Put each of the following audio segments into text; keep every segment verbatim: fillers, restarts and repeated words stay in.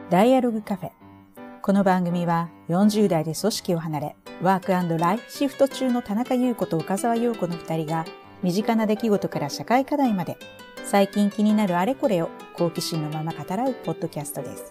ダイアログカフェ。この番組はよんじゅう代で組織を離れ、ワーク&ライフシフト中の田中優子と岡澤陽子のふたりが、身近な出来事から社会課題まで、最近気になるあれこれを好奇心のまま語らうポッドキャストです。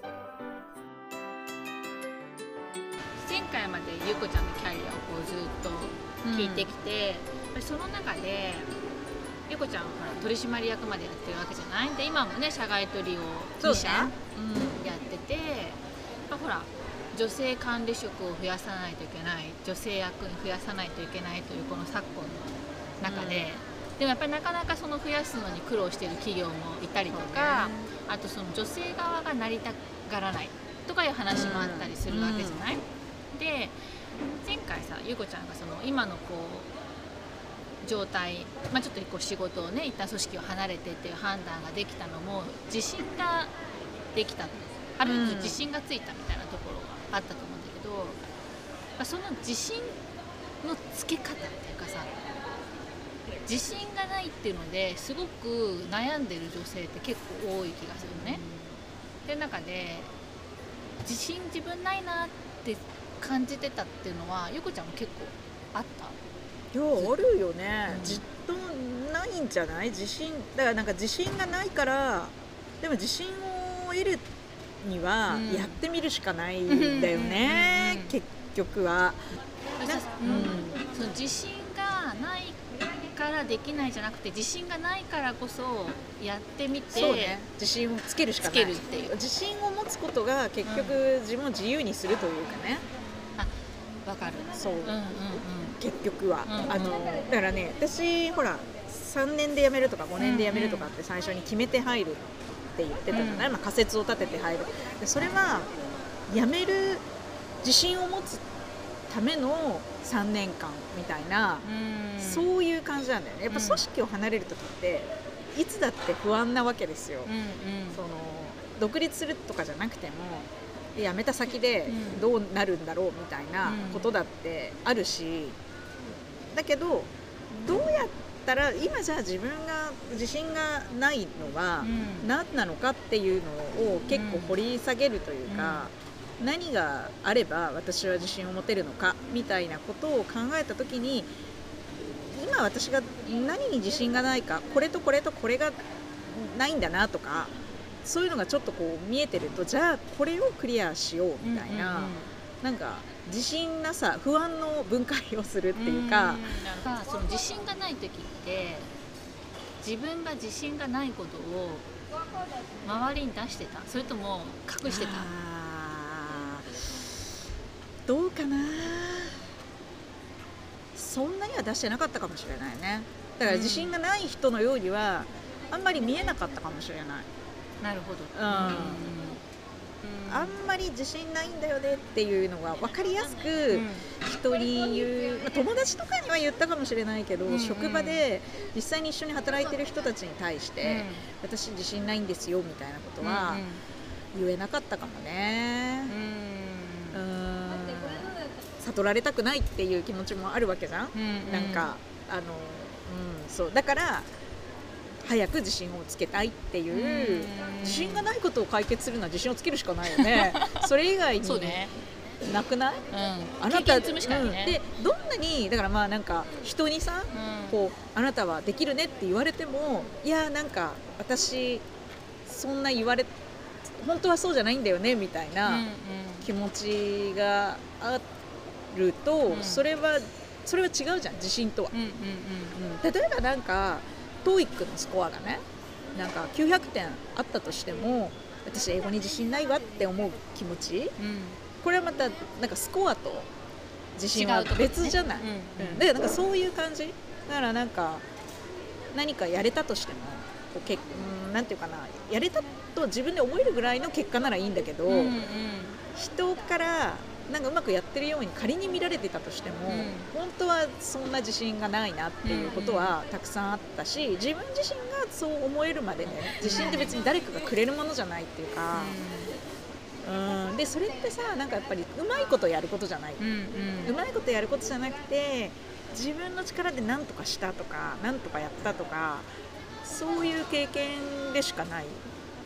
前回まで優子ちゃんのキャリアをこうずっと聞いてきて、うん、その中で優子ちゃんは取締役までやってるわけじゃないで、今もね社外取りをに社、ねうん、やってて、まあ、ほら女性管理職を増やさないといけない、女性役員増やさないといけないというこの昨今の中で、うん、でもやっぱりなかなかその増やすのに苦労している企業もいたりとか、ね、あとその女性側がなりたがらないとかいう話もあったりするわけじゃない、うんうん、で前回さ優子ちゃんがその今のこう状態、まあ、ちょっとこう仕事をね一旦組織を離れてっていう判断ができたのも自信ができた、ある種自信がついたみたいなところがあったと思うんだけど、まあ、その自信のつけ方っていうかさ、自信がないっていうのですごく悩んでる女性って結構多い気がするね。で中で自信自分ないなって感じてたっていうのは優子ちゃんも結構あった？ いやあるよね、うん、ずっとないんじゃない？自信だからなんか自信がないから、でも自信を得るにはやってみるしかないんだよね、うん、結局は。 うん、その自信がないからできないじゃなくて、自信がないからこそやってみて、 そうね、自信をつけるしかない。つけるっていう自信を持つことが結局、うん、自分を自由にするというかね。 あ、わかる。 そう、うんうんうん、結局は、 うんうん、 あのだからね、私ほらさんねんで辞めるとかごねんで辞めるとかって最初に決めて入るって言ってたじゃない、うんまあ、仮説を立てて入る。でそれは辞める自信を持つためのさんねんかんみたいな、うん、そういう感じなんだよね。やっぱ組織を離れる時っていつだって不安なわけですよ、うんうん、その独立するとかじゃなくても辞めた先でどうなるんだろうみたいなことだってあるし、だけどどうやったら今じゃあ自分が自信がないのは何なのかっていうのを結構掘り下げるというか、何があれば私は自信を持てるのかみたいなことを考えたときに、今私が何に自信がないか、これとこれとこれがないんだなとか、そういうのがちょっとこう見えてると、じゃあこれをクリアしようみたいな、うんうんうん、なんか自信なさ不安の分解をするっていうか、うん、 なんかその自信がない時って自分が自信がないことを周りに出してた？それとも隠してた？ どうかな、そんなには出してなかったかもしれないね。だから自信がない人のようにはあんまり見えなかったかもしれない。 なるほど、 うん、うん、あんまり自信ないんだよねっていうのが分かりやすく人に言う、まあ、友達とかには言ったかもしれないけど、うんうん、職場で実際に一緒に働いてる人たちに対して、うん、私自信ないんですよみたいなことは言えなかったかもね、うん、うん、悟られたくないっていう気持ちもあるわけじゃん、うんうん、なんかあの、うん、そうだから早く自信をつけたいっていう、自信がないことを解決するのは自信をつけるしかないよねそれ以外になくない？ うん、あなた、積むしかないね、 うん、でどんなにだからまあなんか人にさ、うん、こうあなたはできるねって言われても、いやなんか私そんな言われ本当はそうじゃないんだよねみたいな気持ちがあると、うん、それはそれは違うじゃん、自信とは、うんうんうんうん、例えばなんかトーイックのスコアがね、なんかきゅうひゃくてんあったとしても、私英語に自信ないわって思う気持ち、うん、これはまたなんかスコアと自信は別じゃない、ね、うんうん、だからなんかそういう感じだから、なんか何かやれたとしてもこうけ、うん、なんていうかな、やれたと自分で思えるぐらいの結果ならいいんだけど、うんうん、人からなんかうまくやってるように仮に見られてたとしても、うん、本当はそんな自信がないなっていうことはたくさんあったし、自分自身がそう思えるまでね、自信って別に誰かがくれるものじゃないっていうか、うんうん、でそれってさ、なんかやっぱりうまいことやることじゃない、うんうん、うまいことやることじゃなくて、自分の力で何とかしたとか何とかやったとか、そういう経験でしかない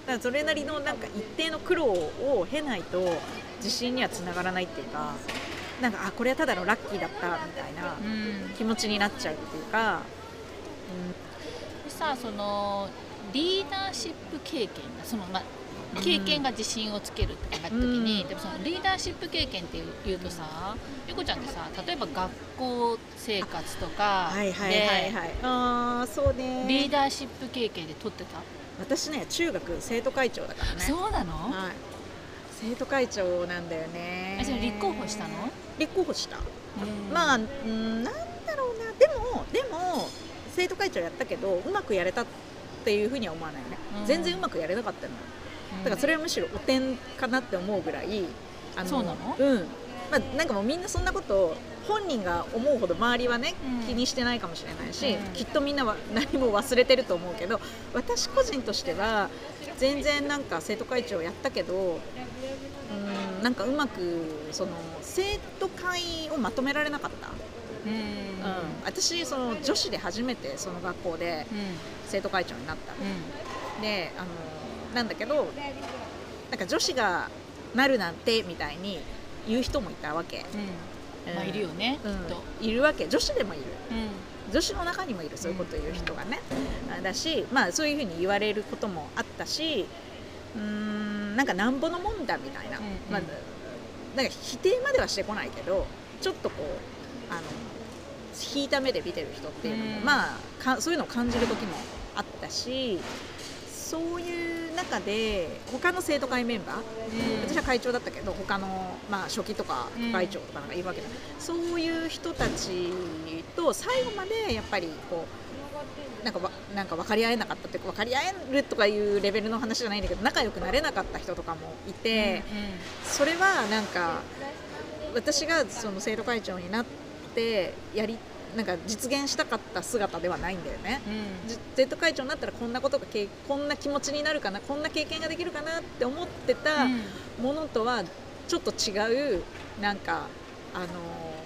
からそれなりのなんか一定の苦労を経ないと自信にはつながらないっていうか、なんかあこれはただのラッキーだったみたいな気持ちになっちゃうっていうか、 うん、でさそのリーダーシップ経験その、ま、経験が自信をつけるってなった時に、うん、でもそのリーダーシップ経験っていうとさ、ゆこちゃんってさ例えば学校生活とかであーそうねリーダーシップ経験で取ってた？ 私ね中学生徒会長だからね。 そうなの？ はい、生徒会長なんだよね。 あ、じゃあ立候補したの？ 立候補した。まあ、うん、なんだろうな、でもでも生徒会長やったけどうまくやれたっていうふうには思わないよね、うん、全然うまくやれなかったの、うん、だからそれはむしろ汚点かなって思うぐらい、 あのそうなの？ うん、まあ、なんかもうみんなそんなこと本人が思うほど周りはね、うん、気にしてないかもしれないし、うん、きっとみんなは何も忘れてると思うけど、私個人としては全然なんか生徒会長やったけど、うん、なんかうまくその生徒会をまとめられなかった、うんうん、私その女子で初めてその学校で生徒会長になった、うん、であのなんだけどなんか女子がなるなんてみたいに言う人もいたわけ、 うん、まあ、いるよね、 うん、 きっといるわけ、女子でもいる、 うん、 女子の中にもいるそういうこと言う人がね、うん、だし、まあ、そういうふうに言われることもあったし、うーんなんかなんぼのもんだみたいな、うんうん、まあ、なんか否定まではしてこないけどちょっとこうあの引いた目で見てる人っていうのも、うん、まあかそういうのを感じる時もあったし、そういう中で他の生徒会メンバー、うん、私は会長だったけど他の、まあ、書記とか会長とかなんかいるわけだ、うん、そういう人たちと最後までやっぱりこうなんかわなんか分かり合えなかったっていうか、分かり合えるとかいうレベルの話じゃないんだけど仲良くなれなかった人とかもいて、うんうん、それはなんか私がその生徒会長になってやりなんか実現したかった姿ではないんだよね、うん、生徒会長になったらこんなことがこんな気持ちになるかな、こんな経験ができるかなって思ってたものとはちょっと違うなんかあの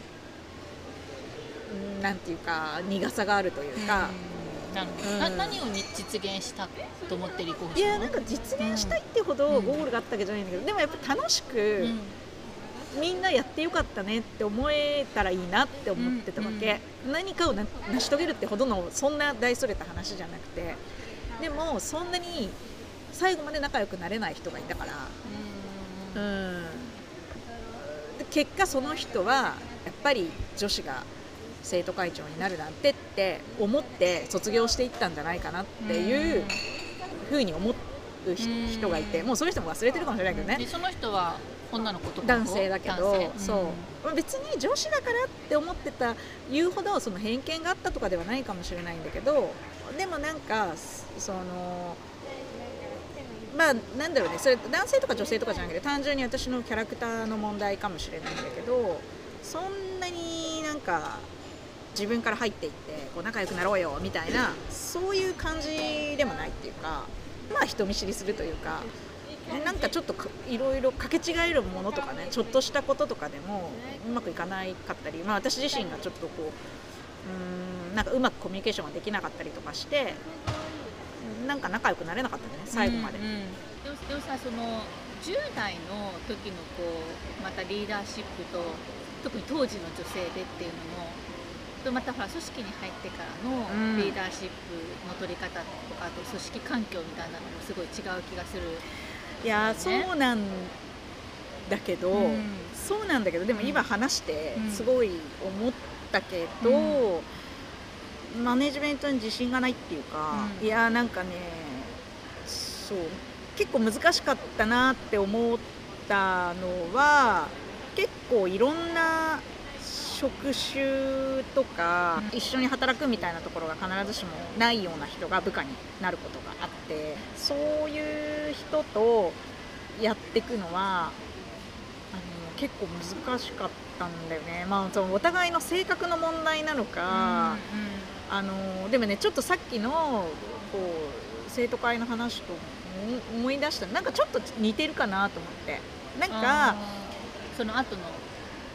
なんていうか苦さがあるというか、 うん、なるほど、うん、な何を実現したと思って立候補したの？ いやなんか実現したいってほどゴールがあったわけじゃないんだけど、うん、でもやっぱ楽しく、うんみんなやってよかったねって思えたらいいなって思ってたわけ、うんうん、何かをな成し遂げるってほどのそんな大それた話じゃなくて、でもそんなに最後まで仲良くなれない人がいたから、うん、うん、で結果その人はやっぱり女子が生徒会長になるなんてって思って卒業していったんじゃないかなっていうふうに思う人がいて、もうそういう人も忘れてるかもしれないけどね。 でその人は女の子とか男性だけど、そう、うん、別に女子だからって思ってた言うほどその偏見があったとかではないかもしれないんだけど、でもなんかそのまあなんだろうね、それ男性とか女性とかじゃなくて単純に私のキャラクターの問題かもしれないんだけど、そんなになんか自分から入っていってこう仲良くなろうよみたいなそういう感じでもないっていうか、まあ人見知りするというか、なんかちょっといろいろかけ違えるものとかね、ちょっとしたこととかでもうまくいかないかったり、まあ、私自身がちょっとこう、うーんなんかうまくコミュニケーションができなかったりとかして、なんか仲良くなれなかったね最後まで、うんうん、 でも、でもさそのじゅう代の時のこうまたリーダーシップと特に当時の女性でっていうのもとまたほら組織に入ってからのリーダーシップの取り方とか、あと組織環境みたいなのもすごい違う気がする。 いやそうなんだけど、うん、そうなんだけどでも今話してすごい思ったけど、うん、マネジメントに自信がないっていうか、うん、いやなんかねそう結構難しかったなって思ったのは、結構いろんな職種とか一緒に働くみたいなところが必ずしもないような人が部下になることがあって、そういう人とやっていくのはあの結構難しかったんだよね。まあ、そのお互いの性格の問題なのか、うんうん、あのでもねちょっとさっきのこう生徒会の話と思い出した、なんかちょっと似てるかなと思って、なんかその後の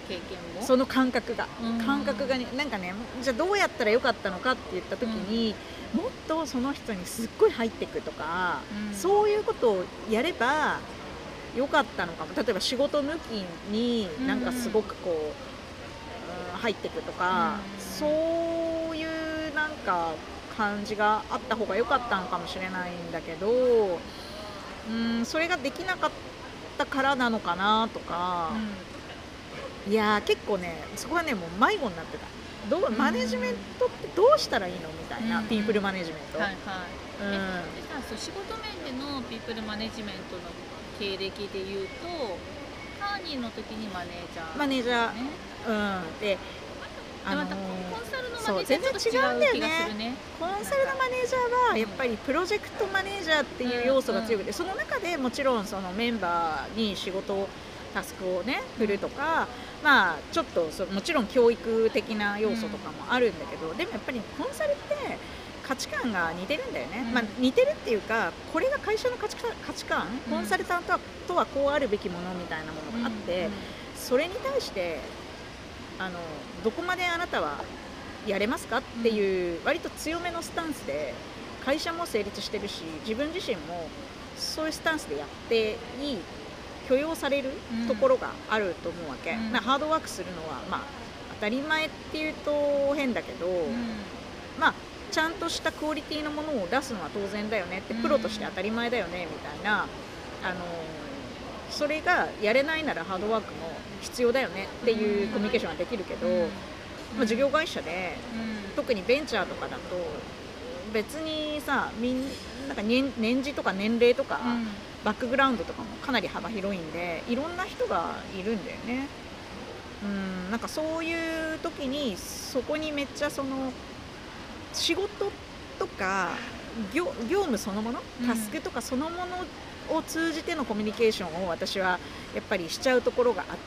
経験もその感覚が、 うん感覚がね、なんかね、じゃあどうやったらよかったのかって言った時に、もっとその人にすっごい入っていくとか、 うんそういうことをやればよかったのかも。例えば仕事抜きになんかすごくこう、うん、入っていくとか、 うんそういうなんか感じがあった方が良かったのかもしれないんだけど、うん、それができなかったからなのかなとか、いやー結構ね、そこはねもう迷子になってた。どうマネジメントってどうしたらいいのみたいな、 うんピープルマネジメント、 はいはい、 うんえでさそう仕事面でのピープルマネジメントの経歴でいうとカーニーの時にマネージャー、 マネージャー、 ね、 うん、で、あのーでまたコンサルのマそうネージャーと全然違うんだよね違う気がするね。 コンサルのマネージャーはやっぱりプロジェクトマネージャーっていう要素が強くて、その中でもちろんそのメンバーに仕事をタスクをね振るとか、まあちょっとそもちろん教育的な要素とかもあるんだけど、でもやっぱりコンサルって価値観が似てるんだよね、 うんまあ、似てるっていうか、これが会社の価値観、価値観コンサルタントはとはこうあるべきものみたいなものがあって、それに対してあのどこまであなたはやれますかっていう割と強めのスタンスで会社も成立してるし、自分自身もそういうスタンスでやっていい、許容されるところがあると思うわけ、 うんまあ、ハードワークするのは、まあ、当たり前っていうと変だけど、まあ、ちゃんとしたクオリティのものを出すのは当然だよねって、 うんプロとして当たり前だよねみたいな、あのそれがやれないならハードワークも必要だよねっていうコミュニケーションができるけど、まあ、事業会社で特にベンチャーとかだと別にさ、みんなんか 年, 年次とか年齢とか、バックグラウンドとかもかなり幅広いんで、いろんな人がいるんだよね。うん、なんかそういう時にそこにめっちゃその仕事とか 業, 業務そのもの、タスクとかそのものを通じてのコミュニケーションを私はやっぱりしちゃうところがあって、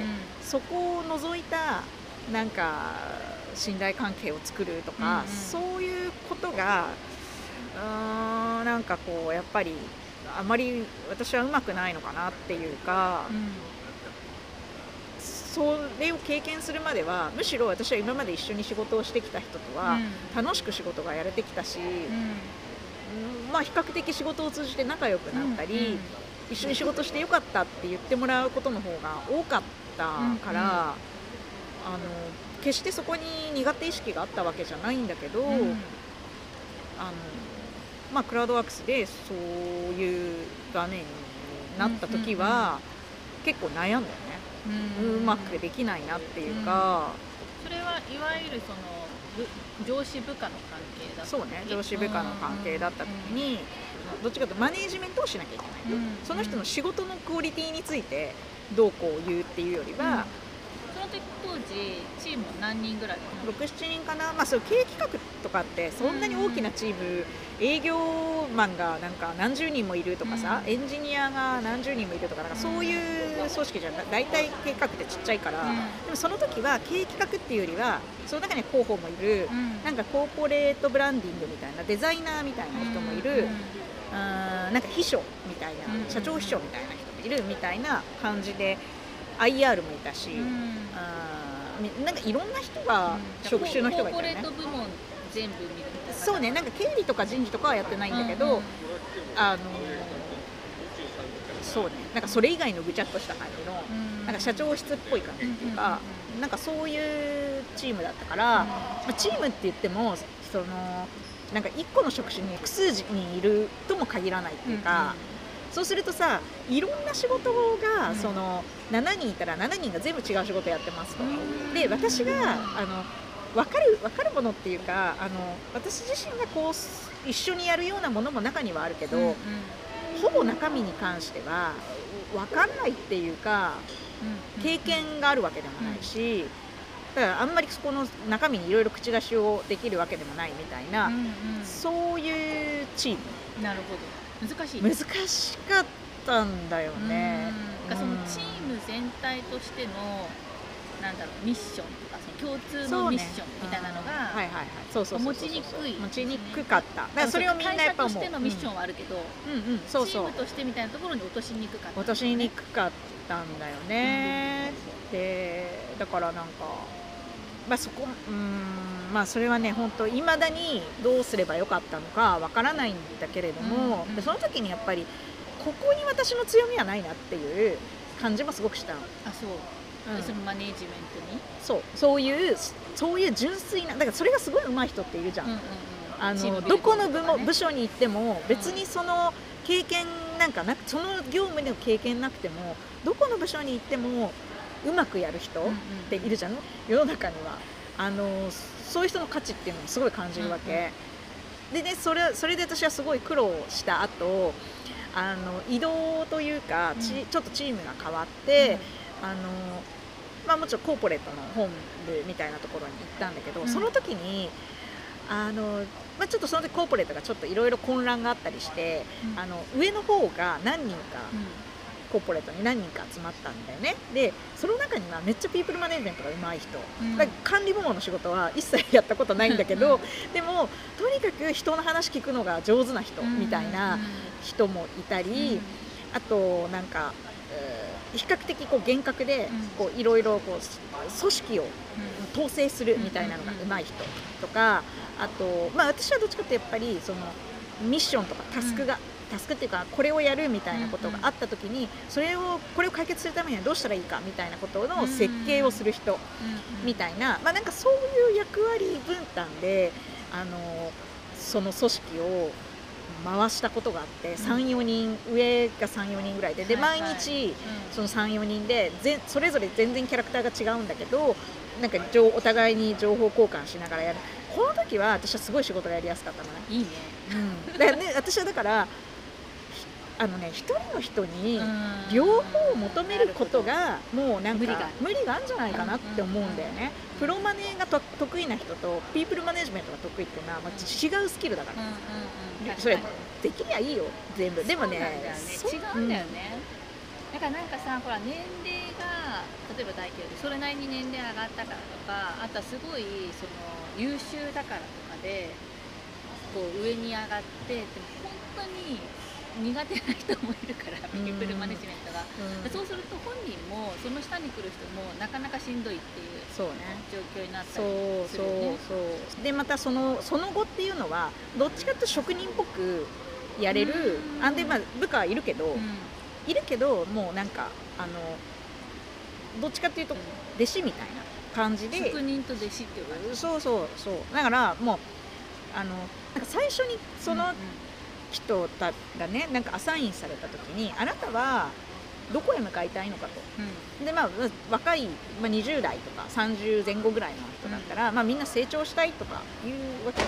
そこを除いたなんか信頼関係を作るとか、 うんうん、 そういうことがうーんなんかこうやっぱりあまり私はうまくないのかなっていうか、うん、それを経験するまではむしろ私は今まで一緒に仕事をしてきた人とは楽しく仕事がやれてきたし、うん、まあ比較的仕事を通じて仲良くなったり、うんうん、一緒に仕事してよかったって言ってもらうことの方が多かったから、うんうん、あの決してそこに苦手意識があったわけじゃないんだけど、うん、あのまあ、クラウドワークスでそういう場面になった時は、うんうんうん、結構悩んだよね、うんうんうん、うまくできないなっていうか、 うん、それはいわゆるその上司部下の関係だった。 そうね、上司部下の関係だった時に、うん、どっちかというとマネージメントをしなきゃいけない、うんうん、その人の仕事のクオリティについてどうこう言うっていうよりは、うん、 その時当時チーム何人ぐらい？ ろく、しちにんかな、まあ、そう経営企画とかってそんなに大きなチーム、うん、営業マンがなんか何十人もいるとかさ、うん、エンジニアが何十人もいるとか、なんかそういう組織じゃだいたい経営企画ってちっちゃいから、うん、でもその時は経営企画っていうよりはその中に広報もいる、うん、なんかコーポレートブランディングみたいなデザイナーみたいな人もいる、うん、あなんか秘書みたいな、うん、社長秘書みたいな人もいるみたいな感じで アイアール もいたし、うん、あなんかいろんな人が、うん、職種の人がいたよね。 コーポレート部門全部見るみたいな。 そうね、なんか経理とか人事とかはやってないんだけど、うんうん、あのそうね、なんかそれ以外のぐちゃっとした感じの、うん、なんか社長室っぽい感じっていうか、うんうん、なんかそういうチームだったから、うんまあ、チームって言ってもそのなんかいっこの職種に複数人いるとも限らないっていうか、うんうん、そうするとさ、いろんな仕事が、うん、そのしちにんいたらしちにんが全部違う仕事やってますと、うん、で私があの分かる、分かるものっていうか、あの私自身がこう一緒にやるようなものも中にはあるけど、うんうん、ほぼ中身に関しては分かんないっていうか、うん、経験があるわけでもないし、だからあんまりそこの中身にいろいろ口出しをできるわけでもないみたいな、うんうん、そういうチーム。 なるほど、難しい。 難しかったんだよね。 うん、そのチーム全体としてのなんだろうミッションとかその共通のミッションみたいなのが、 はいはいはい、そうそうそうそう、 持ちにくい、 持ちにくかった。だからそれをみんなやっぱもう会社としてのミッションはあるけど、 うんうんうん、そうそう、 チームとしてみたいなところに落としにくかった、 落としにくかったんだよね、うん、でだからなんかまあそこうーんまあそれはね本当いまだにどうすればよかったのかわからないんだけれども、うんうん、でその時にやっぱりここに私の強みはないなっていう感じもすごくしたの。 あ、そう、うん、そのマネージメントにそうそういうそういう純粋なだからそれがすごい上手い人っているじゃん、うんうんうん、あのどこの 部, も部署に行っても別にその経験なんかなくその業務の経験なくてもどこの部署に行ってもうまくやる人っているじゃん、うんうん、世の中にはあのそういう人の価値っていうのもすごい感じるわけ、うんうん、でねそれそれで私はすごい苦労した後あの移動というか、うん、ち, ちょっとチームが変わって、うん、あのまあ、もちろんコーポレートの本部みたいなところに行ったんだけど、うん、その時にあの、まあ、ちょっとその時コーポレートがちょっといろいろ混乱があったりして、うん、あの上の方が何人か、うん、コーポレートに何人か集まったんだよね。でその中にはめっちゃピープルマネジメントが上手い人、うん、だから管理部門の仕事は一切やったことないんだけど、うん、でもとにかく人の話聞くのが上手な人みたいな人もいたり、うん、あとなんか比較的こう厳格でいろいろ組織を統制するみたいなのが上手い人とか、あと、まあ、私はどっちかってやっぱりそのミッションとかタスクが、タスクっていうかこれをやるみたいなことがあった時にそれをこれを解決するためにはどうしたらいいかみたいなことの設計をする人みたいな、まあ、なんかそういう役割分担であのその組織を回したことがあって、さん、よにん上がさん、よにんぐらいで、で毎日そのさん、よにんでそれぞれ全然キャラクターが違うんだけどなんかお互いに情報交換しながらやる。この時は私はすごい仕事がやりやすかったのね。 いいね、 うん、だからね私はだからあのね一人の人に両方を求めることがもうなんか無理があるんじゃないかなって思うんだよね。プロマネーがと得意な人とピープルマネジメントが得意っていうのは、まあ、違うスキルだから、うんうんうん、それできりゃいいよ全部。でもね、 違うんだよね、うん、だからなんかさほら年齢が例えば大企業でそれなりに年齢上がったからとかあとはすごいその優秀だからとかでこう上に上がってでも本当に苦手な人もいるからピープルマネジメントが、うん、そうすると本人もその下に来る人もなかなかしんどいっていう状況になったりするよね。 そうそうそうでまたそのその後っていうのはどっちかっていうと職人っぽくやれるあんで、まあ、部下はいるけど、うん、いるけどもうなんかあのどっちかっていうと弟子みたいな感じで職人と弟子っていう感じ。 そうそうそうだからもうあのなんか最初にその、うんうん人がねなんかアサインされた時にあなたはどこへ向かいたいのかと、うん、でまあ若い、まあ、にじゅう代とかさんじゅうぜん後ぐらいの人だったら、うんまあ、みんな成長したいとかいうわけ、うん、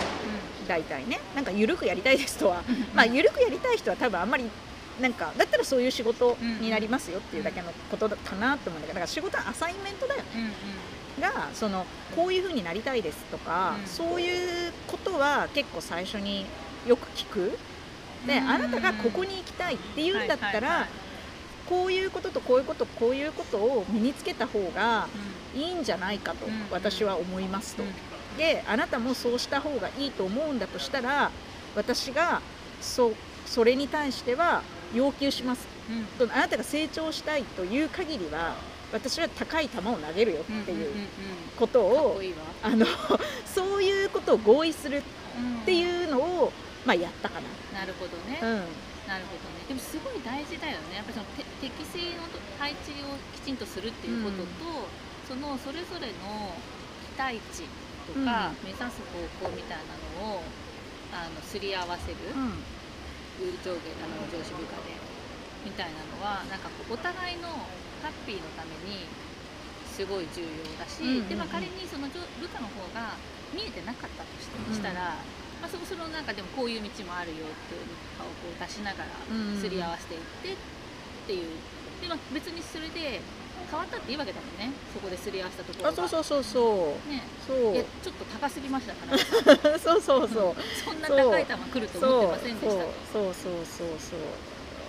大体ねなんか緩くやりたいですとはまあ緩くやりたい人は多分あんまりなんかだったらそういう仕事になりますよっていうだけのことかなと思うんだけどだから仕事はアサインメントだよね、うんうん、がそのこういう風になりたいですとか、うん、そういうことは結構最初によく聞く。であなたがここに行きたいっていうんだったら、はいはいはい、こういうこととこういうことこういうことを身につけた方がいいんじゃないかと私は思いますと、うん、であなたもそうした方がいいと思うんだとしたら私が そ, それに対しては要求します、うん、とあなたが成長したいという限りは私は高い球を投げるよっていうことを、あのそういうことを合意するっていうのをまあやったかな。 なるほどね、うん、なるほどね。でもすごい大事だよねやっぱりその適正の配置をきちんとするっていうことと、うん、そのそれぞれの期待値とか、うん、目指す方向みたいなのをあのすり合わせる、うん、上下あの上司部下でみたいなのはなんかお互いのハッピーのためにすごい重要だし、うんうんうん、でまあ、仮にその部下の方が見えてなかったとして、うん、したらまあ、そその中でもこういう道もあるよっていう顔をこう出しながらすり合わせていってっていう、で、まあ、別にそれで変わったっていいわけだもんねそこですり合わせたところが。 あそうそうそうそう、 ね、 そういやちょっと高すぎましたからそうそうそう、うん、 そんな高い球来ると思ってませんでしたと。 そうそうそうそうそう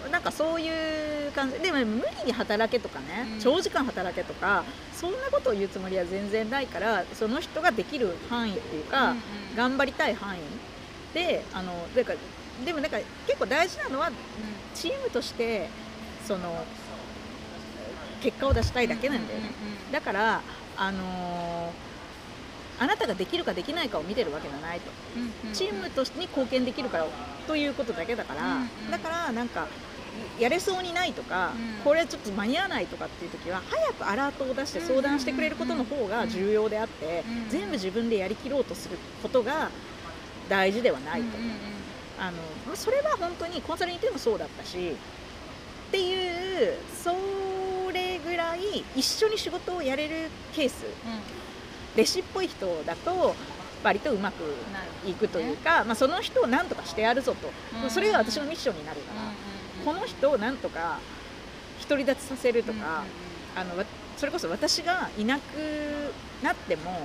なんかそういう感じでも無理に働けとかね、 うん、 長時間働けとかそんなことを言うつもりは全然ないからその人ができる範囲っていうか、うんうん、頑張りたい範囲であのだからでもなんか結構大事なのは、うん、チームとしてその結果を出したいだけなんだよね、うんうんうん、だからあのーあなたができるかできないかを見てるわけじゃないと、うんうんうん、チームとしてに貢献できるからということだけだから、うんうん、だからなんかやれそうにないとか、うん、これちょっと間に合わないとかっていう時は早くアラートを出して相談してくれることの方が重要であって、うんうんうん、全部自分でやりきろうとすることが大事ではないと、うんうんうん、あのそれは本当にコンサルにいてもそうだったしっていうそれぐらい一緒に仕事をやれるケース、うん弟子っぽい人だと割とうまくいくというか、ねまあ、その人を何とかしてやるぞと、うん、それが私のミッションになるから、うん、この人を何とか独り立ちさせるとか、うん、あのそれこそ私がいなくなっても、うん、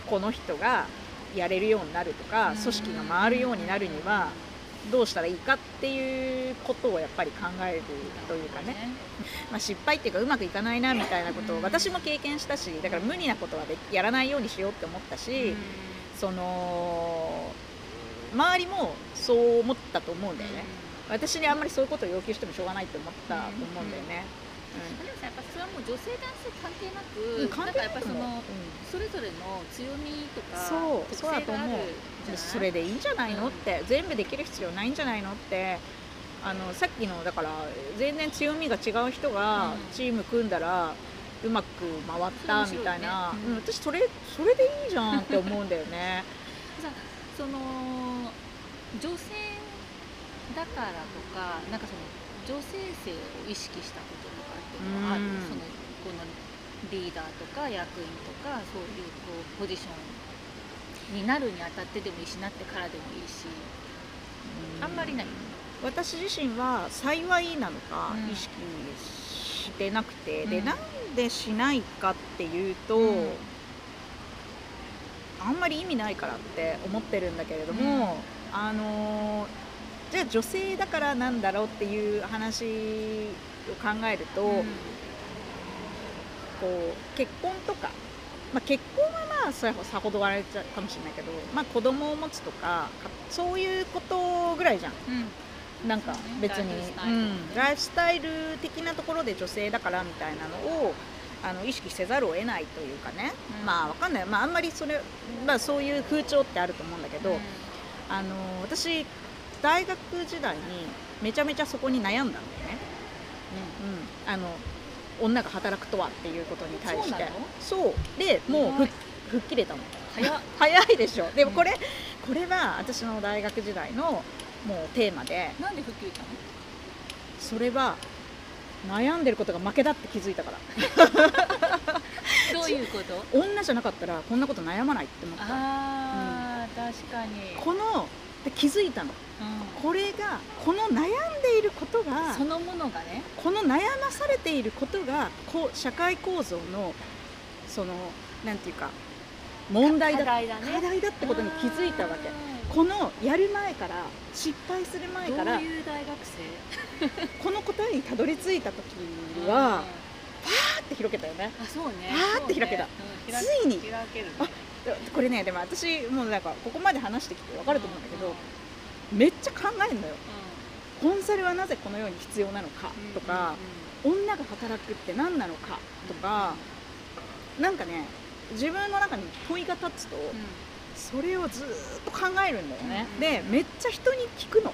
この人がやれるようになるとか、うん、組織が回るようになるにはどうしたらいいかっていうことをやっぱり考えるというかね、まあ、失敗っていうかうまくいかないなみたいなことを私も経験したしだから無理なことはでやらないようにしようって思ったしその周りもそう思ったと思うんだよね私にあんまりそういうことを要求してもしょうがないって思ったと思うんだよね、 うん、でもさやっぱそれはもう女性男性関係なく、うん、関係なくなんかやっぱその、うん、それぞれの強みとかそうそうだと思うそれでいいんじゃないのって、うん、全部できる必要ないんじゃないのってあのさっきのだから全然強みが違う人がチーム組んだらうまく回ったみたいな、ねうん、私それそれでいいじゃんって思うんだよねその女性だからとかなんかその女性性を意識したこととかっていうのはある、うん、そのこのリーダーとか役員とかそういうこうポジションになるにあたってでもいいしなってからでもいいし、うん、あんまりない私自身は幸いなのか意識してなくて、うん、でなんでしないかっていうと、うん、あんまり意味ないからって思ってるんだけれども、うん、あのじゃあ女性だからなんだろうっていう話を考えると、うん、こう結婚とか、まあ、結婚はまあさほど笑えちゃうかもしれないけど、まあ、子供を持つとかそういうことぐらいじゃん、うん、なんか別にライフスタイル的なところで女性だからみたいなのをあの意識せざるを得ないというかね、うん、まあわかんない、まあ、あんまりそれ、まあ、そういう風潮ってあると思うんだけど、うん、あの私大学時代にめちゃめちゃそこに悩んだんだよね、うんうん、あの女が働くとはっていうことに対してそうでもうふ吹っ切れたの早早いでしょでもこれ、うん、これは私の大学時代のもうテーマでなんで吹っ切れたのそれは悩んでることが負けだって気づいたからどういうこと女じゃなかったらこんなこと悩まないって思ったあ、うん、確かにこので気づいたの、うん、これがこの悩んでいることがそのものがねこの悩まされていることがこう社会構造のそのなんていうか問題だ課題だね、課題だってことに気づいたわけこのやる前から失敗する前からどういう大学生この答えにたどり着いた時はパーって開けたよねあそうねパーって開けた、ねうん、ついに開ける、ね、 あこれねでも私もうなんかここまで話してきて分かると思うんだけど、うん、めっちゃ考えるのよ、うん、コンサルはなぜこのように必要なのかとか、うんうんうん、女が働くって何なのかとか、うん、なんかね自分の中に問いが立つと、うん、それをずっと考えるんだよね、うんうん、でめっちゃ人に聞くの、うんうん、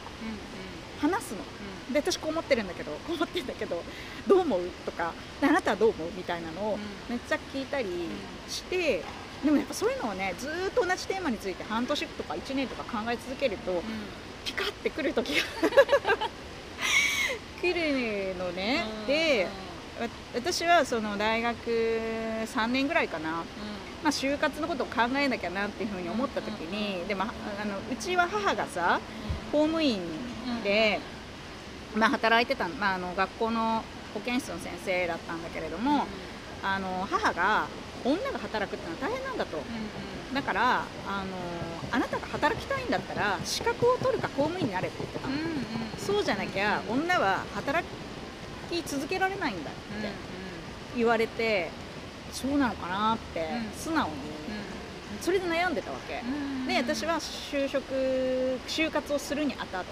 話すの、うん、で私こう思ってるんだけどこう思ってるんだけどどう思うとかあなたはどう思うみたいなのをめっちゃ聞いたりして、うん、でもやっぱそういうのをねずっと同じテーマについて半年とかいちねんとか考え続けると、うん、ピカってくる時が来るのね、うん、で私はその大学さんねんぐらいかな、うんまあ、就活のことを考えなきゃなっていうふうに思った時にでもあのうちは母がさ公務員で、まあ、働いてた、まあ、あの学校の保健室の先生だったんだけれども、あの母が女が働くってのは大変なんだと。だからあのあなたが働きたいんだったら資格を取るか公務員になれって言ってたの、うんうん、そうじゃなきゃ女は働き続けられないんだって言われて、そうなのかなって素直に、それで悩んでたわけで、私は就職就活をするにあたって、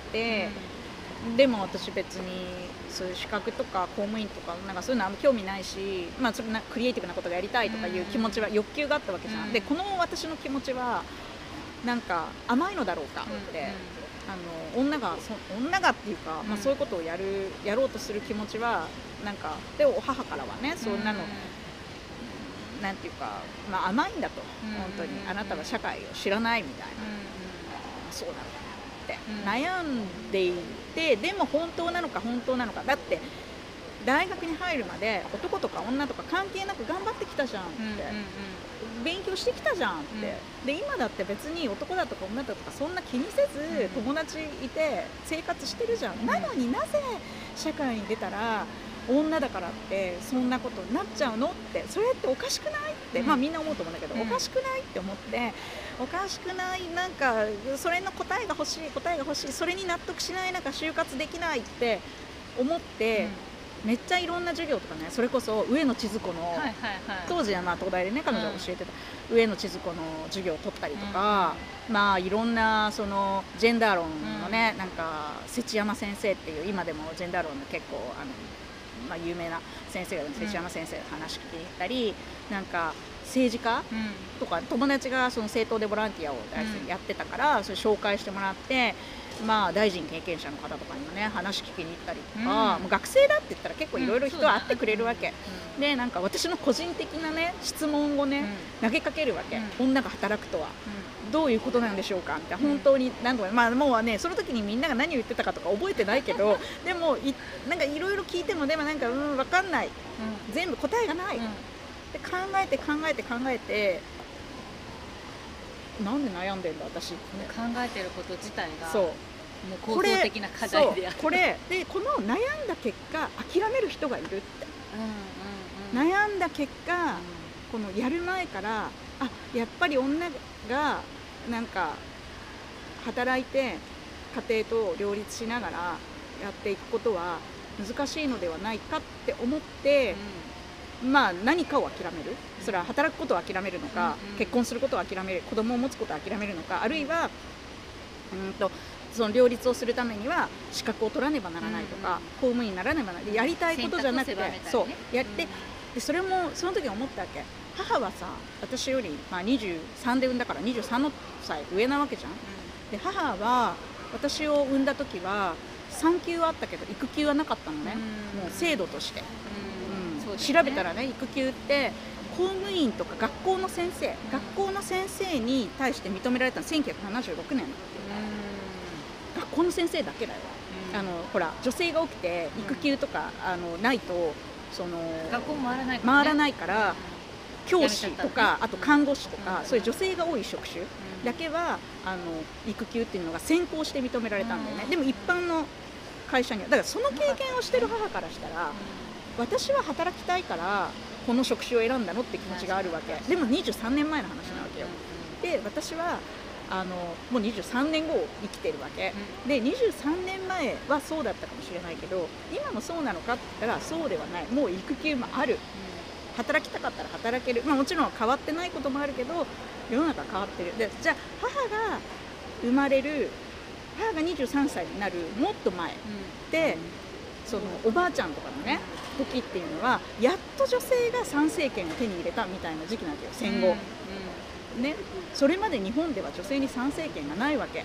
でも私別にそういう資格とか公務員とかなんかそういうのあんま興味ないし、まあ、それなクリエイティブなことがやりたいとかいう気持ちは、欲求があったわけじゃん。でこの私の気持ちはなんか甘いのだろうかって、あの女がそ女がっていうか、まあ、そういうことをやるやろうとする気持ちはなんかでお母からはねそんなの、なんていうか、まあ、甘いんだと、本当にあなたは社会を知らないみたいな、そうなんだって悩んでいて、でも本当なのか本当なのか、だって大学に入るまで男とか女とか関係なく頑張ってきたじゃんって、勉強してきたじゃんって、で今だって別に男だとか女だとかそんな気にせず友達いて生活してるじゃん、なのになぜ社会に出たら女だからってそんなことになっちゃうのって、それっておかしくないって、うん、まあみんな思うと思うんだけど、うん、おかしくないって思って、おかしくない、なんかそれの答えが欲しい答えが欲しい、それに納得しない、なんか就活できないって思って、うん、めっちゃいろんな授業とかね、それこそ上野千鶴子の、はいはいはい、当時はまあ東大でね彼女が教えてた、うん、上野千鶴子の授業を取ったりとか、うん、まあいろんなそのジェンダー論のね、うん、なんか瀬山先生っていう今でもジェンダー論の結構あのまあ、有名な先生が瀬山先生の話聞きに行ったり、うん、なんか政治家、うん、とか友達がその政党でボランティアをやってたから、うん、それ紹介してもらって、まあ、大臣経験者の方とかにもね話聞きに行ったりとか、うん、もう学生だって言ったら結構いろいろ人会ってくれるわけ、うん、でなんか私の個人的なね質問をね、うん、投げかけるわけ、うん、女が働くとは、うん、どういうことなんでしょうかって、本当に何度も、まあもうねその時にみんなが何を言ってたかとか覚えてないけどでもいなんかいろいろ聞いてもでもなんかうん分かんない、うん、全部答えがない、うん、で考えて考えて考えてなんで悩んでんだ私って考えてること自体がそうもう構造的な課題である。 これでこの悩んだ結果諦める人がいるって、うんうんうん、悩んだ結果、うん、このやる前からあやっぱり女がなんか働いて家庭と両立しながらやっていくことは難しいのではないかって思って、うん、まあ何かを諦める、それは働くことを諦めるのか、うんうん、結婚することを諦める、子供を持つことを諦めるのか、あるいはうんとその両立をするためには資格を取らねばならないとか、うん、公務員にならねばならない、やりたいことじゃなくて、ね、そうやって、うん、でそれもその時思ったわけ。母はさ私より、まあ、にじゅうさんで産んだからにじゅうさんの歳上なわけじゃん、うん、で母は私を産んだ時は産休はあったけど育休はなかったのね、うん、もう制度として、うんうん、調べたらね育休って公務員とか学校の先生、うん、学校の先生に対して認められたのせんきゅうひゃくななじゅうろくねん、うん、学校の先生だけだよ、うん、あのほら女性が起きて育休とか、うん、あのないとその学校回らないから、ね、 回らないから、教師とかあと看護師とか、うん、そういう女性が多い職種だけはあの育休っていうのが先行して認められたんだよね、うん、でも一般の会社にはだからその経験をしてる母からしたら、うん、私は働きたいからこの職種を選んだのって気持ちがあるわけでもにじゅうさんねんまえの話なわけよ。で私はあのもうにじゅうさんねんごを生きてるわけ、うん、でにじゅうさんねんまえはそうだったかもしれないけど今もそうなのかって言ったらそうではない。もう育休もある、うん、働きたかったら働ける、まあ、もちろん変わってないこともあるけど世の中変わってる。でじゃあ母が生まれる母がにじゅうさんさいになるもっと前で、うん、そのおばあちゃんとかのね時っていうのはやっと女性が参政権を手に入れたみたいな時期なんだよ戦後、うんうんね、それまで日本では女性に参政権がないわけ、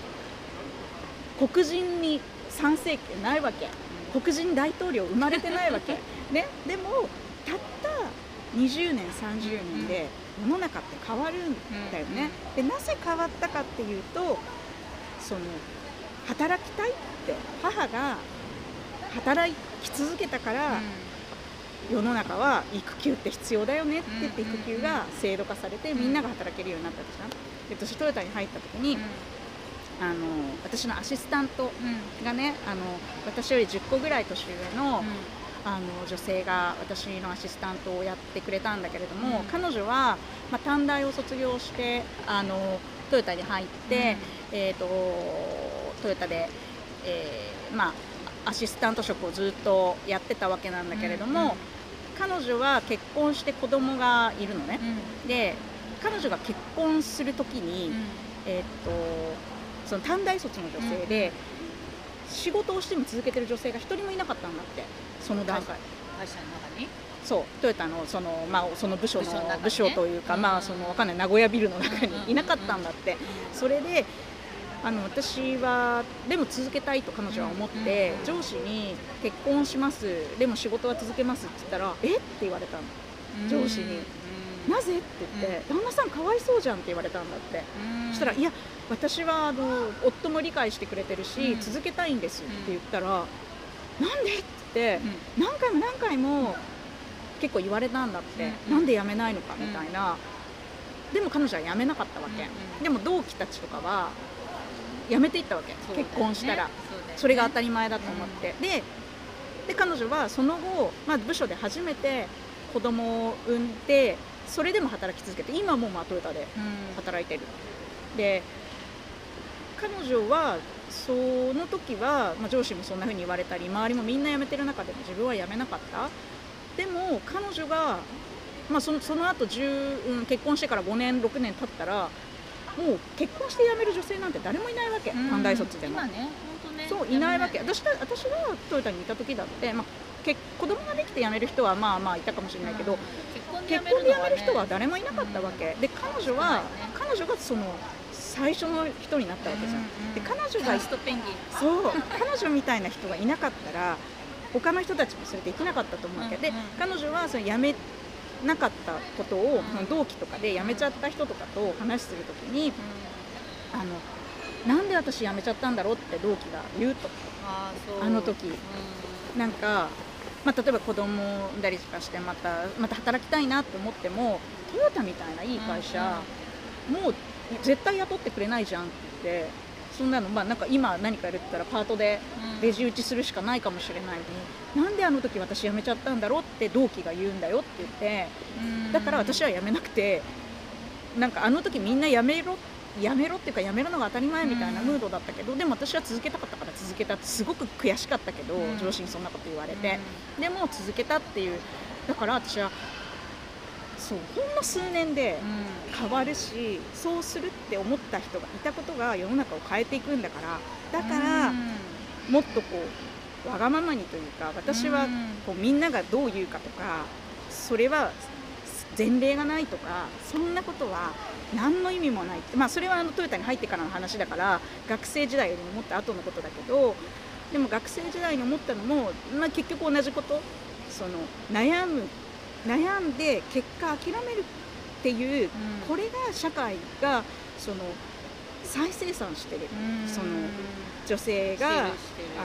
黒人に参政権ないわけ、黒人大統領生まれてないわけ、ね、でもたったにじゅうねんさんじゅうねんで世の中って変わるんだよね。でなぜ変わったかっていうとその働きたいって母が働き続けたから、うん、世の中は育休って必要だよねって言って育休が制度化されて、うん、みんなが働けるようになったでしょ。で私トヨタに入った時に、うん、あの私のアシスタントがね、あの私よりじゅっこぐらい年上の、うん、 あの女性が私のアシスタントをやってくれたんだけれども、 うん、 彼女は、まあ、短大を卒業してあのトヨタに入って、うん、えーと、トヨタで、えーまあ、アシスタント職をずっとやってたわけなんだけれども、うんうん、彼女は結婚して子供がいるのね、うん、で彼女が結婚するときに、うん、えーと、その短大卒の女性で、うん、仕事をしても続けてる女性が一人もいなかったんだって、その段階。 会社の中にそうトヨタのその、まあ、その部署の部署の中にね、 部署というか、まあ、そのわかんない名古屋ビルの中にいなかったんだって、それであの私はでも続けたいと彼女は思って、上司に結婚しますでも仕事は続けますって言ったらえって言われたの、上司に。なぜって言って、旦那さんかわいそうじゃんって言われたんだって。そしたらいや私はあの夫も理解してくれてるし、続けたいんですって言ったら、なんでって言って何回も何回も結構言われたんだって、なんで辞めないのかみたいな。でも彼女は辞めなかったわけ、でも同期たちとかは辞めていったわけ、結婚したら そ,、ねそ, ね、それが当たり前だと思って、でで彼女はその後、まあ、部署で初めて子供を産んでそれでも働き続けて今もまあトヨタで働いてる、うん、で彼女はその時は、まあ、上司もそんな風に言われたり周りもみんな辞めてる中でも自分は辞めなかった。でも彼女が、まあ、そのその後じゅう、うん、結婚してからごねんろくねん経ったらもう結婚して辞める女性なんて誰もいないわけ、短大卒でも。 今ね、本当ね、 そういないわけ。私, 私がトヨタにいた時だって、まあ、け子供ができて辞める人はまあまあいたかもしれないけど、うん、結婚で辞める人は誰もいなかったわけ、うん、で彼女は、ね、彼女がその最初の人になったわけじゃん、うんうん、で彼女がストペンギンそう彼女みたいな人がいなかったら他の人たちもそれできなかったと思うわけ、うんうん、で彼女はその辞めなかったことを、うん、同期とかで辞めちゃった人とかと話するときに、うん、あのなんで私辞めちゃったんだろうって同期が言うと、あ, そうあの時、うん、なんか、まあ、例えば子供を産んだりとかしてまたまた働きたいなと思ってもトヨタみたいないい会社、うんうん、もう絶対雇ってくれないじゃんって言って、そんなの、まあ、なんか今何かやるって言ったらパートでレジ打ちするしかないかもしれないのに、うん、なんであの時私辞めちゃったんだろうって同期が言うんだよって言って、うん、だから私は辞めなくて、なんかあの時みんな辞めろ辞めろっていうか辞めるのが当たり前みたいなムードだったけど、うん、でも私は続けたかったから続けたってすごく悔しかったけど、うん、上司にそんなこと言われて、うん、でも続けたっていう。だから私はそうほんの数年で変わるし、うん、そうするって思った人がいたことが世の中を変えていくんだから、だから、うん、もっとこうわがままにというか、私はこうみんながどう言うかとかそれは前例がないとかそんなことは何の意味もないって、まあ、それはあのトヨタに入ってからの話だから学生時代よりももっと後のことだけど、でも学生時代に思ったのも、まあ、結局同じこと、その悩む悩んで結果諦めるっていう、うん、これが社会がその再生産してる、うん、その女性があの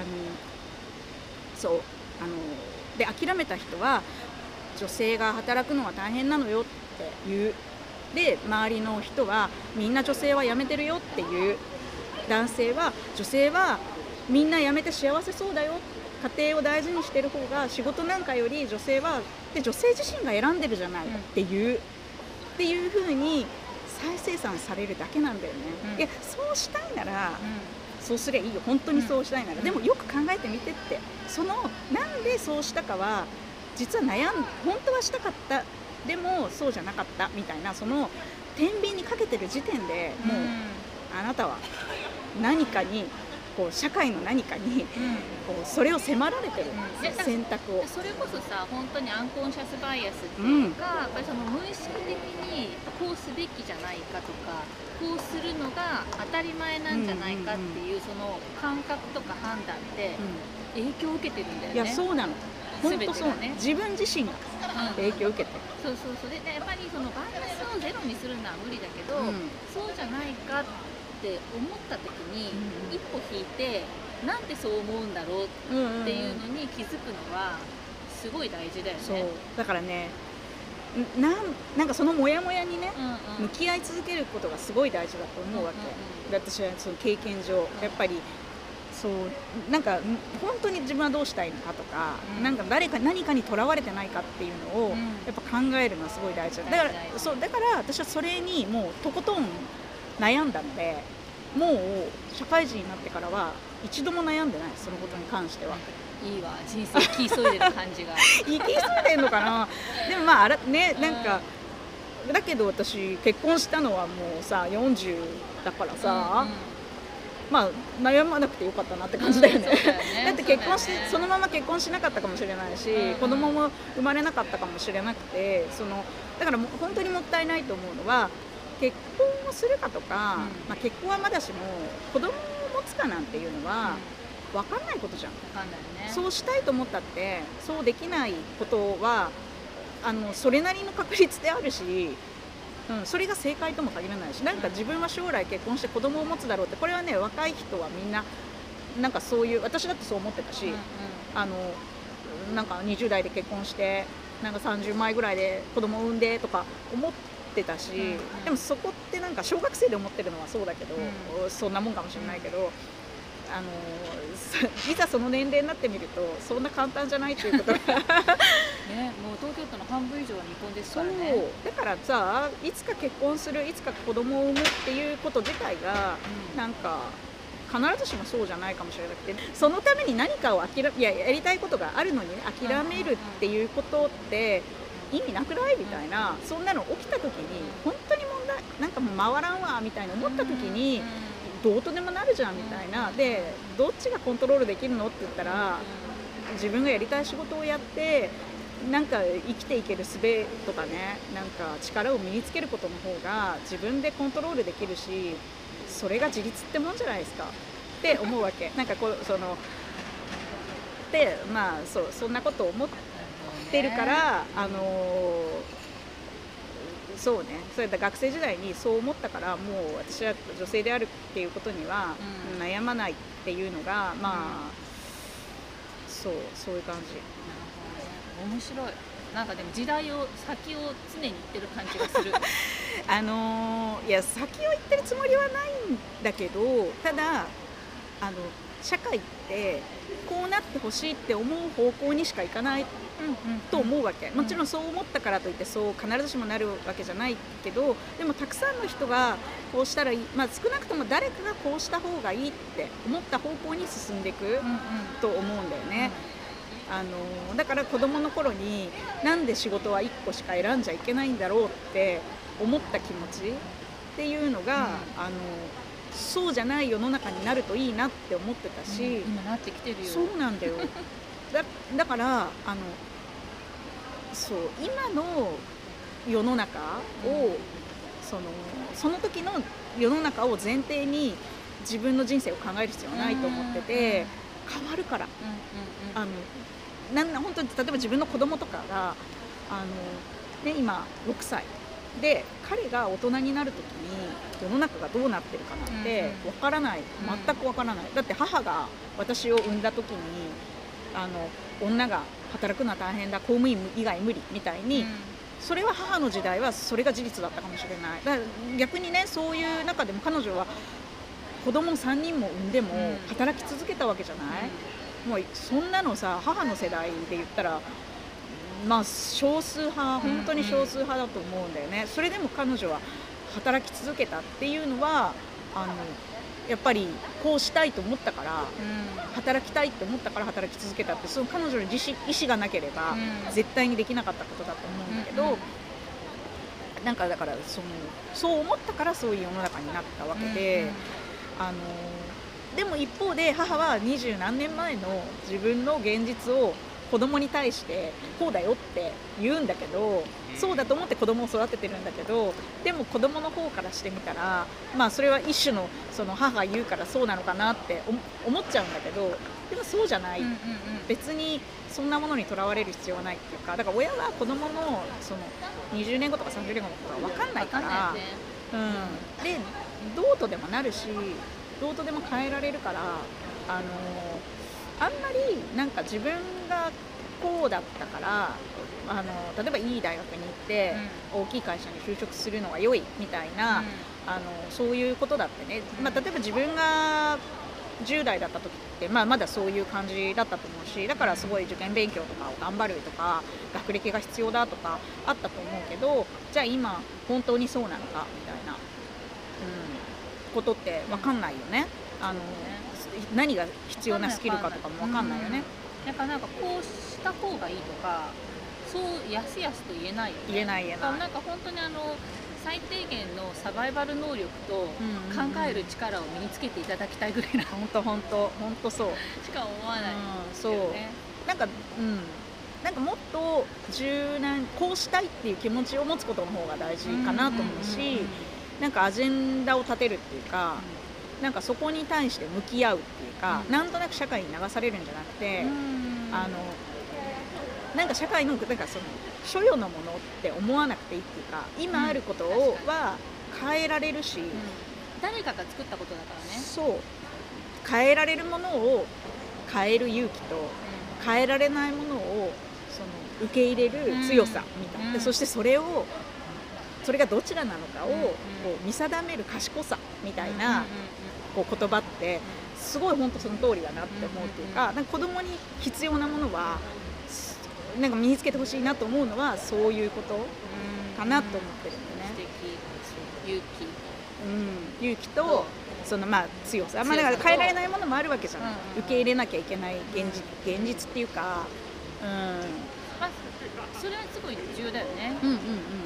そうあので諦めた人は女性が働くのは大変なのよっていう、で周りの人はみんな女性は辞めてるよっていう、男性は女性はみんな辞めて幸せそうだよ、家庭を大事にしてる方が仕事なんかより女性はで女性自身が選んでるじゃないっていう、うん、っていう風に再生産されるだけなんだよね、うん、いやそうしたいなら、うん、そうすりゃいいよ、本当にそうしたいなら、うん、でもよく考えてみてって、そのなんでそうしたかは実は悩ん本当はしたかった、でもそうじゃなかったみたいな、その天秤にかけてる時点でもう、うん、あなたは何かにこう社会の何かに、うん、こうそれを迫られてる、うん、選択を。 それこそさ本当にアンコンシャスバイアスっていうか、うん、やっぱりその無意識的にこうすべきじゃないかとかこうするのが当たり前なんじゃないかっていう、その感覚とか判断って影響を受けてるんだよね。 いやそうなの、本当そう、ね、自分自身が影響を受けて、 うん、そうそうそうでやっぱりそのバイアスをゼロにするのは無理だけど、うん、そうじゃないかって思った時に、うん、一歩引いてなんでそう思うんだろうっていうのに気づくのはすごい大事だよね。 そうだからね、な ん, なんかそのモヤモヤにね、うんうん、向き合い続けることがすごい大事だと思うわけ、うんうんうん、で私はその経験上やっぱりそうなんか本当に自分はどうしたいのかとか、うん、なんか誰か何かにとらわれてないかっていうのをやっぱ考えるのはすごい大事だ、だからそうだから私はそれにもうとことん悩んだので、もう社会人になってからは一度も悩んでない、そのことに関しては。 いいわ、人生生き急いでる感じが生き急いでるのかなでもまああらね、なんか、うん、だけど私結婚したのはもうさよんじゅうだからさ、うんうん、まあ悩まなくてよかったなって感じだよね、うん、だよねだって結婚して そ,、ね、そのまま結婚しなかったかもしれないし、うんうん、子供も生まれなかったかもしれなくて、そのだからも本当にもったいないと思うのは、結婚をするかとか、うんまあ、結婚はまだしも子供を持つかなんていうのは、うん分かんないことじゃん。 分かんないね。 そうしたいと思ったってそうできないことはあのそれなりの確率であるし、うん、それが正解とも限らないし、なんか自分は将来結婚して子供を持つだろうって、これはね若い人はみんななんかそういう、私だってそう思ってたし、うんうん、あのなんかにじゅう代で結婚してなんかさんじゅうまいぐらいで子供を産んでとか思ってたし、うんうん、でもそこってなんか小学生で思ってるのはそうだけど、うん、そんなもんかもしれないけど、あのいざその年齢になってみるとそんな簡単じゃないっていうことがね、 もう東京都の半分以上は未婚ですからね。 そうだからさ、いつか結婚する、いつか子供を産むっていうこと自体が、うん、なんか必ずしもそうじゃないかもしれなくて、そのために何かを諦めいややりたいことがあるのに、ね、諦めるっていうことって意味なくないみたいな、そんなの起きた時に本当に問題なんかもう回らんわみたいな思った時に、どうとでもなるじゃんみたいな。でどっちがコントロールできるのって言ったら、自分がやりたい仕事をやってなんか生きていける術とかね、なんか力を身につけることの方が自分でコントロールできるし、それが自立ってもんじゃないですかって思うわけ。なんかこうそのでまあそうそんなことを思ってるから、あのーそうね、そういった学生時代にそう思ったから、もう私は女性であるっていうことには悩まないっていうのが、うん、まあそうそういう感じ。 面白い。なんかでも時代を先を常に言ってる感じがするあのー、いや先を言ってるつもりはないんだけど、ただあの社会ってこうなってほしいって思う方向にしかいかないと思うわけ。もちろんそう思ったからといってそう必ずしもなるわけじゃないけど、でもたくさんの人がこうしたらいい、まあ、少なくとも誰かがこうした方がいいって思った方向に進んでいくと思うんだよね。あのだから子供の頃になんで仕事はいっこしか選んじゃいけないんだろうって思った気持ちっていうのが、うん、あのそうじゃない世の中になるといいなって思ってたし、うん、 今なってきてるよ。 そうなんだよだ, だからあのそう今の世の中を、うん、そのその時の世の中を前提に自分の人生を考える必要はないと思ってて、うん、変わるから、うんうんうん、あのなん本当に例えば自分の子供とかがあの、ね、今ろくさいで彼が大人になるときに世の中がどうなってるかなんてわからない、全くわからない。だって母が私を産んだときにあの女が働くのは大変だ、公務員以外無理みたいに、それは母の時代はそれが事実だったかもしれない。だから逆にね、そういう中でも彼女は子供さんにんも産んでも働き続けたわけじゃない。もうそんなのさ、母の世代で言ったらまあ少数派、本当に少数派だと思うんだよね。それでも彼女は働き続けたっていうのはあのやっぱりこうしたいと思ったから、働きたいと思ったから働き続けたって、その彼女の自意思がなければ絶対にできなかったことだと思うんだけど、なんかだからそのそう思ったからそういう世の中になったわけで、あのでも一方で母は二十何年前の自分の現実を子供に対してこうだよって言うんだけど、そうだと思って子供を育ててるんだけど、でも子供の方からしてみたら、まあそれは一種のその母が言うからそうなのかなって思っちゃうんだけど、でもそうじゃない、うんうんうん、別にそんなものにとらわれる必要はないっていうか、だから親は子供のそのにじゅうねんごとかさんじゅうねんごとか分かんないから、ね、うん、でどうとでもなるしどうとでも変えられるから、あのあんまりなんか自分がこうだったからあの例えばいい大学に行って、うん、大きい会社に就職するのが良いみたいな、うん、あのそういうことだってね、まあ、例えば自分がじゅう代だった時 、まあ、まだそういう感じだったと思うし、だからすごい受験勉強とかを頑張るとか学歴が必要だとかあったと思うけど、じゃあ今本当にそうなのかみたいな、うん、ことって分かんないよね。あの何が必要なスキルかとかも分かんないよね。 なんかなんかこうした方がいいとか、そうやすやすと言えないよね。 言えない言えない。 なんか本当にあの最低限のサバイバル能力と考える力を身につけていただきたいぐらいな、 本当本当本当そうしか思わない、 うん、そうなんかうんなんかもっと柔軟、こうしたいっていう気持ちを持つことの方が大事かなと思うし、なんかアジェンダを立てるっていうか、うん、なんかそこに対して向き合うっていうか、うん、なんとなく社会に流されるんじゃなくて、うん、あのなんか社会のなんかその所与のものって思わなくていいっていうか、今あることをは変えられるし、うん、 誰かが作ったことだからね。 そう変えられるものを変える勇気と、うん、変えられないものをその受け入れる強さみたいな、うん、でそしてそれをそれがどちらなのかをこう見定める賢さみたいなこう言葉ってすごい本当その通りだなって思うっていうか、なんか子供に必要なものはなんか身につけてほしいなと思うのはそういうことかなと思ってるんでね。 素敵、勇気、うん、勇気とそのまあ強さ、まあ、だから変えられないものもあるわけじゃない、受け入れなきゃいけない現実、現実っていうか、うん、 まあ、それはすごい重要だよね。うんうんうん、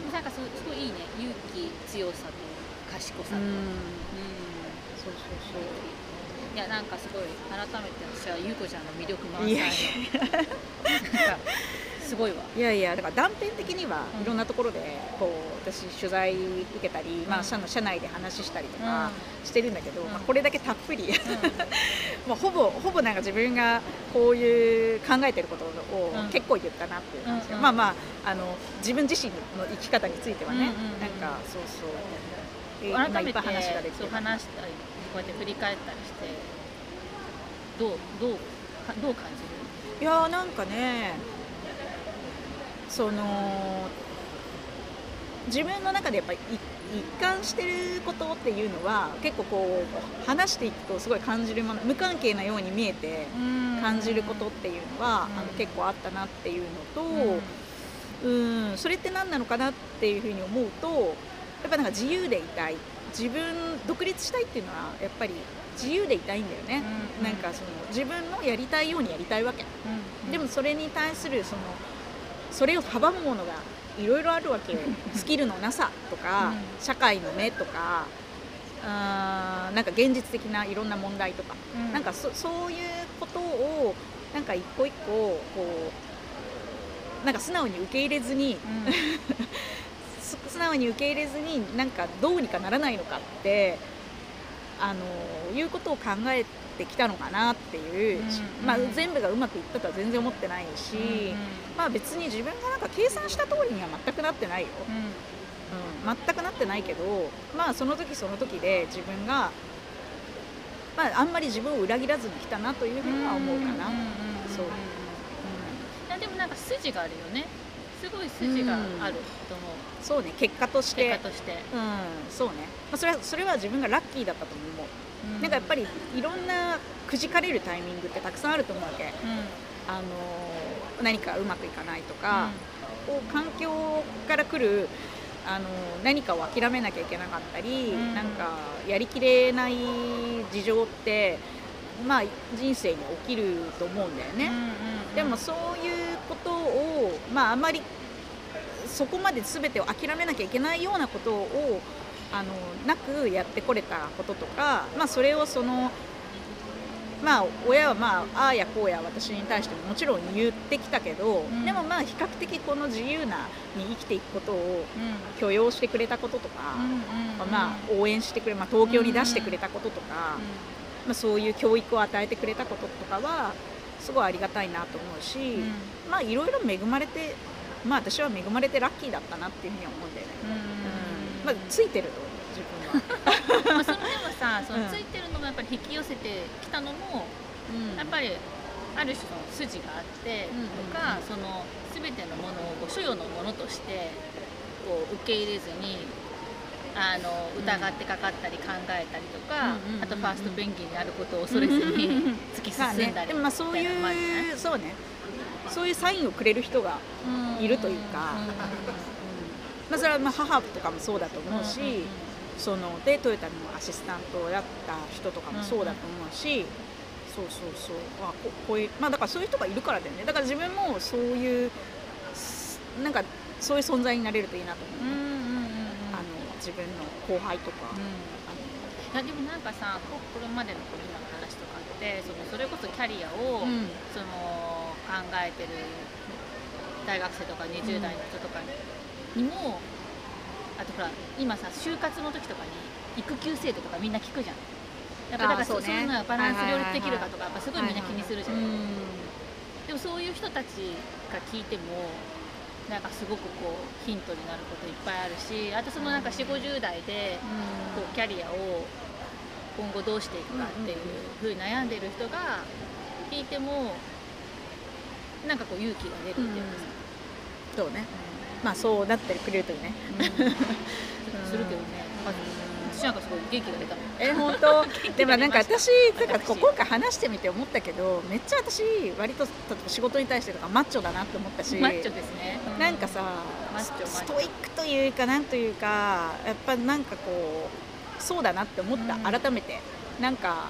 なんかすごいいいね、勇気、強さと賢さと、うん、うん、 そうそうそう。 いやなんかすごい改めて私は優子ちゃんの魅力満載のなんかすごいわ。 いやいやだから断片的にはいろんなところでこう私取材受けたり、うん、まあ社の社内で話したりとかしてるんだけど、うん、まあ、これだけたっぷり、うん、まあほぼほぼなんか自分がこういう考えてることを結構言ったなっていう感じで、うん、まあまああの自分自身の生き方についてはね、うんうんうん、なんかそうそう改めて話したりこうやって振り返ったりしてどうどうどう感じる？ いやなんかね、その自分の中でやっぱり一貫してることっていうのは結構こう話していくとすごい感じるもの、無関係なように見えて感じることっていうのはあの結構あったなっていうのと、うん、それって何なのかなっていうふうに思うと、やっぱなんか自由でいたい、自分独立したいっていうのはやっぱり自由でいたいんだよね、うん、なんかその自分のやりたいようにやりたいわけ、うん、でもそれに対するそのそれを阻むものがいろいろあるわけよスキルのなさとか、うん、社会の目とか、あなんか現実的ないろんな問題とか、うん、なんか そ, そういうことをなんか一個一個こうなんか素直に受け入れずに、うん素直に受け入れずになんかどうにかならないのかってあのいうことを考えてきたのかなっていう、うんうん、まあ、全部がうまくいったとは全然思ってないし、うんうん、まあ、別に自分がなんか計算した通りには全くなってないよ、うんうん、全くなってないけど、まあその時その時で自分が、まあ、あんまり自分を裏切らずに来たなというふうには思うかな。そう、 うん、でもなんか筋があるよね、すごい筋があると思う、うん、 そうね、結果として結果として、うん、 そうね、まあ、それはそれは自分がラッキーだったと思う、うん、なんかやっぱりいろんなくじかれるタイミングってたくさんあると思うわけ、うん、あの何かうまくいかないとか、うん、こう環境から来るあの何かを諦めなきゃいけなかったり、うん、なんかやりきれない事情ってまあ人生に起きると思うんだよね、うんうんうん、でもそういうことをまああまりそこまで全てを諦めなきゃいけないようなことをあのなくやってこれたこととか、まあ、それをそのまあ親はまあああやこうや私に対してももちろん言ってきたけど、うん、でもまあ比較的この自由なに生きていくことを許容してくれたこととか、うん、まあ応援してくれ、まあ、東京に出してくれたこととか、うん、まあ、そういう教育を与えてくれたこととかはすごいありがたいなと思うし、うん、まあいろいろ恵まれて、まあ私は恵まれてラッキーだったなっていうふうに思うんだよね、うん、まあ、ついてると自分はまあそのでもさ、そのついてるのもやっぱり引き寄せてきたのも、うん、やっぱりある種の筋があって、うん、とか、その全てのものをこう所有のものとしてこう受け入れずにあの疑ってかかったり考えたりとか、 うんうんうんうんあとファーストペンギンになることを恐れずに突き進んだりみたいなでもまあそういのもあるじゃない。 うそうねそういうサインをくれる人がいるというか、まあ、それはまあ母とかもそうだと思うし、そのでトヨタのアシスタントだった人とかもそうだと思うし、そうそうそう、まあ、ここういうまあだからそういう人がいるからだよね。だから自分もそういうなんかそういう存在になれるといいなと思う、ね、あの自分の後輩とか、 うんいやでもなんかさここれまでのこの今の話とかってそのそれこそキャリアを、 うんその考えてる大学生とかにじゅう代の人とかにも、あとほら今さ就活の時とかに育休制度とかみんな聞くじゃん。やっぱだからそ う,、ね、そういうのはバランス両立できるかとかやっぱすごいみんな気にするじゃん。でもそういう人たちが聞いてもなんかすごくこうヒントになることいっぱいあるし、あとそのなんかよんじゅう、ごじゅう代でこうキャリアを今後どうしていくかっていうふうに悩んでいる人が聞いてもなんかこう勇気が出るっていうかさ、 そうね、まあそうなってくれるといいね、 うん、するけどね、私なんかすごい元気が出たもん。 え本当でもなんか私なんかこう今回話してみて思ったけど、めっちゃ私割と例えば仕事に対してとかマッチョだなって思ったし、 マッチョですね、うん、 なんかさマッチョマッチョストイックというかなんというかやっぱなんかこうそうだなって思った、うん、改めてなんか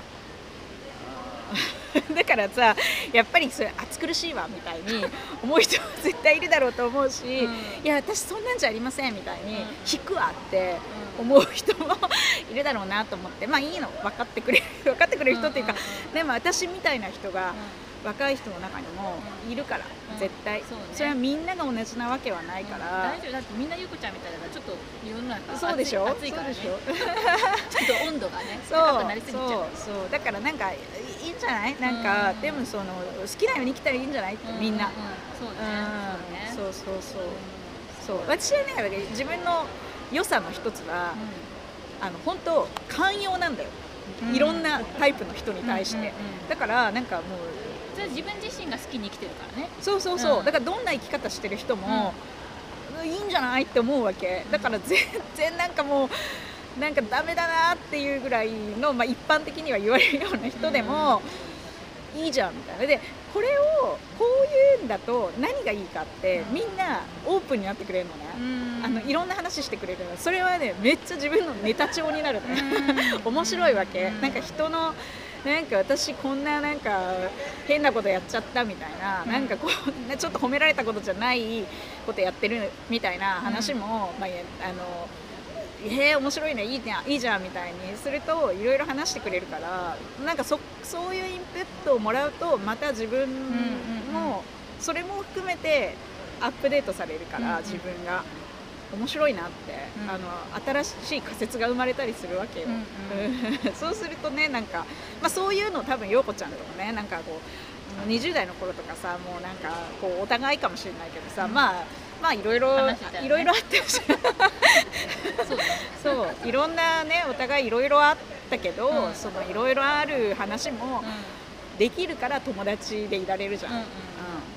だからさやっぱりそれ暑苦しいわみたいに思う人は絶対いるだろうと思うし、うん、いや私そんなんじゃありませんみたいに、うん、引くわって思う人もいるだろうなと思って、まあいいの分かってくれる分かってくれる人っていうか、うんうん、でも私みたいな人が、うん、若い人の中にもいるから、うん、絶対、うん そ, ね、それはみんなが同じなわけはないから、 うん、大丈夫だってみんなゆうこちゃんみたいだからちょっと世の中そうでしょ暑いからねちょっと温度がねそう高くなりすぎちゃう。 そうそうだからなんかいいんじゃないなんか、うん、でもその好きなように生きたらいいんじゃないって、うん、みんな、うん、 そうね、 そうそうそうそう私はね自分の良さの一つは、うん、あの本当寛容なんだよ、うん、いろんなタイプの人に対して、うんうんうん、だからなんかもうそれ自分自身が好きに生きてるからね。 そうそうそう、うん、だからどんな生き方してる人も、うん、いいんじゃないって思うわけだから全然なんかもうなんかダメだなっていうぐらいの、まあ、一般的には言われるような人でも、うん、いいじゃんみたいなでこれをこういうんだと何がいいかってみんなオープンになってくれるのね、うん、あのいろんな話してくれるのそれはねめっちゃ自分のネタ帳になるね面白いわけなんか人のなんか私こんななんか変なことやっちゃったみたいな、うん、なんかこうちょっと褒められたことじゃないことやってるみたいな話も、うんまあ、あのえー、面白いねいいねいいじゃんみたいにするといろいろ話してくれるからなんか そ, そういうインプットをもらうとまた自分もそれも含めてアップデートされるから、うん、自分が面白いなって、うん、あの新しい仮説が生まれたりするわけよ、うんうん、そうするとねなんか、まあ、そういうの多分陽子ちゃんとかねなんかこうにじゅう代の頃とかさもうなんかこうお互いかもしれないけどさ、うん、まあまあいろいろいろいろあってそうそういろんなねお互いいろいろあったけど、うん、そのいろいろある話もできるから友達でいられるじゃん、うんうんうん、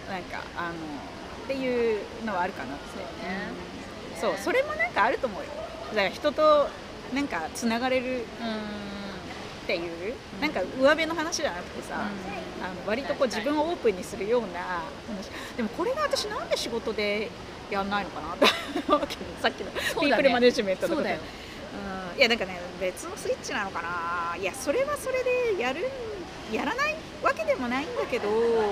なんかあのっていうのはあるかなってそうね、うん、そうそれもなんかあると思うよだから人となんかつながれるっていう、うん、なんか上辺の話じゃなくてさ、うん、あの割とこう自分をオープンにするような話でもこれが私なんで仕事でやんないのかなと思うけどさっきのピープルマネジメントとかで、うん、いやなんかね別のスイッチなのかないやそれはそれでやるやらないわけでもないんだけど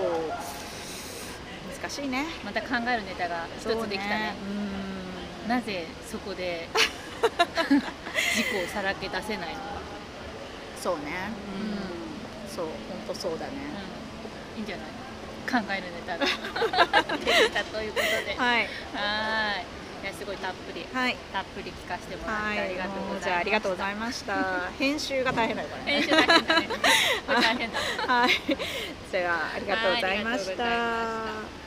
難しいねまた考えるネタが一つできたねうんなぜそこで自己をさらけ出せないのかそうねうんそう本当そうだね、 うん、いいんじゃない考えるネタができたということで、 はい、 はいいやすごいたっぷり、 はい、 たっぷり聞かせてもらってありがとうございました。 じゃあありがとうございました。編集が大変だよね。 編集大変だね。大変だ。 はい。じゃあありがとうございました。